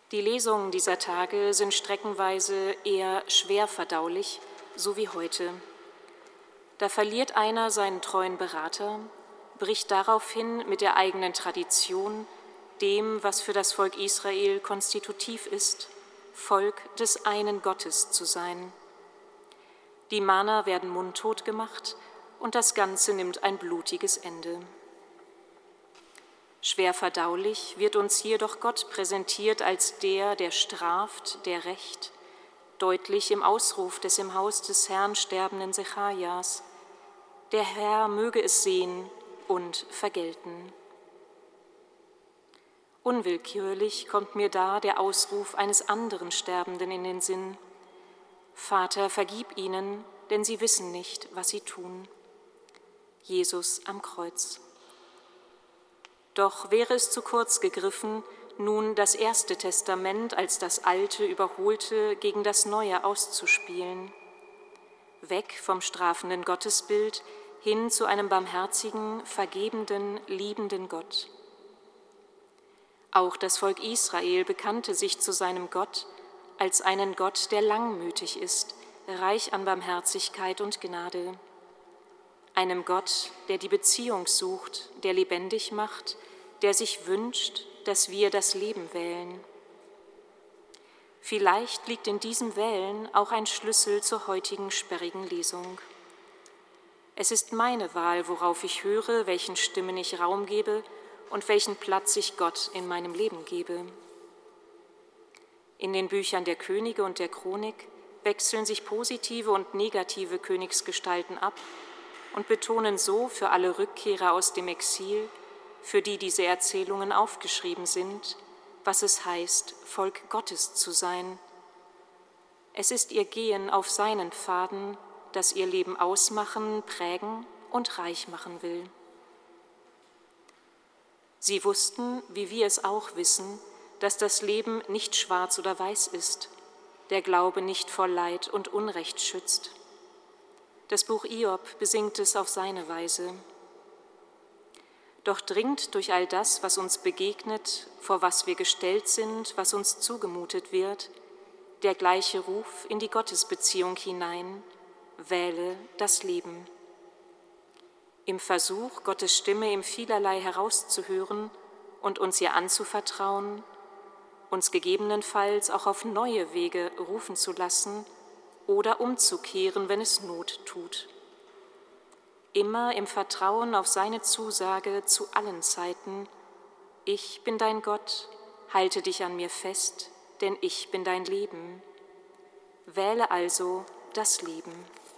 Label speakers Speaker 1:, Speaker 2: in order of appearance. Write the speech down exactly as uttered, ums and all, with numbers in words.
Speaker 1: Die Lesungen dieser Tage sind streckenweise eher schwer verdaulich, so wie heute. Da verliert einer seinen treuen Berater, bricht daraufhin mit der eigenen Tradition, dem, was für das Volk Israel konstitutiv ist, Volk des einen Gottes zu sein. Die Mahner werden mundtot gemacht und das Ganze nimmt ein blutiges Ende. Schwer verdaulich wird uns hier doch Gott präsentiert als der, der straft, der rächt, deutlich im Ausruf des im Haus des Herrn sterbenden Sechajas: Der Herr möge es sehen und vergelten. Unwillkürlich kommt mir da der Ausruf eines anderen Sterbenden in den Sinn: Vater, vergib ihnen, denn sie wissen nicht, was sie tun. Jesus am Kreuz. Doch wäre es zu kurz gegriffen, nun das Erste Testament als das Alte, Überholte gegen das Neue auszuspielen. Weg vom strafenden Gottesbild hin zu einem barmherzigen, vergebenden, liebenden Gott. Auch das Volk Israel bekannte sich zu seinem Gott als einen Gott, der langmütig ist, reich an Barmherzigkeit und Gnade. Einem Gott, der die Beziehung sucht, der lebendig macht, der sich wünscht, dass wir das Leben wählen. Vielleicht liegt in diesem Wählen auch ein Schlüssel zur heutigen sperrigen Lesung. Es ist meine Wahl, worauf ich höre, welchen Stimmen ich Raum gebe und welchen Platz ich Gott in meinem Leben gebe. In den Büchern der Könige und der Chronik wechseln sich positive und negative Königsgestalten ab und betonen so für alle Rückkehrer aus dem Exil, für die diese Erzählungen aufgeschrieben sind, was es heißt, Volk Gottes zu sein. Es ist ihr Gehen auf seinen Pfaden, das ihr Leben ausmachen, prägen und reich machen will. Sie wussten, wie wir es auch wissen, dass das Leben nicht schwarz oder weiß ist, der Glaube nicht vor Leid und Unrecht schützt. Das Buch Hiob besingt es auf seine Weise. Doch dringt durch all das, was uns begegnet, vor was wir gestellt sind, was uns zugemutet wird, der gleiche Ruf in die Gottesbeziehung hinein: Wähle das Leben. Im Versuch, Gottes Stimme im Vielerlei herauszuhören und uns ihr anzuvertrauen, uns gegebenenfalls auch auf neue Wege rufen zu lassen oder umzukehren, wenn es Not tut. Immer im Vertrauen auf seine Zusage zu allen Zeiten: Ich bin dein Gott, halte dich an mir fest, denn ich bin dein Leben. Wähle also das Leben.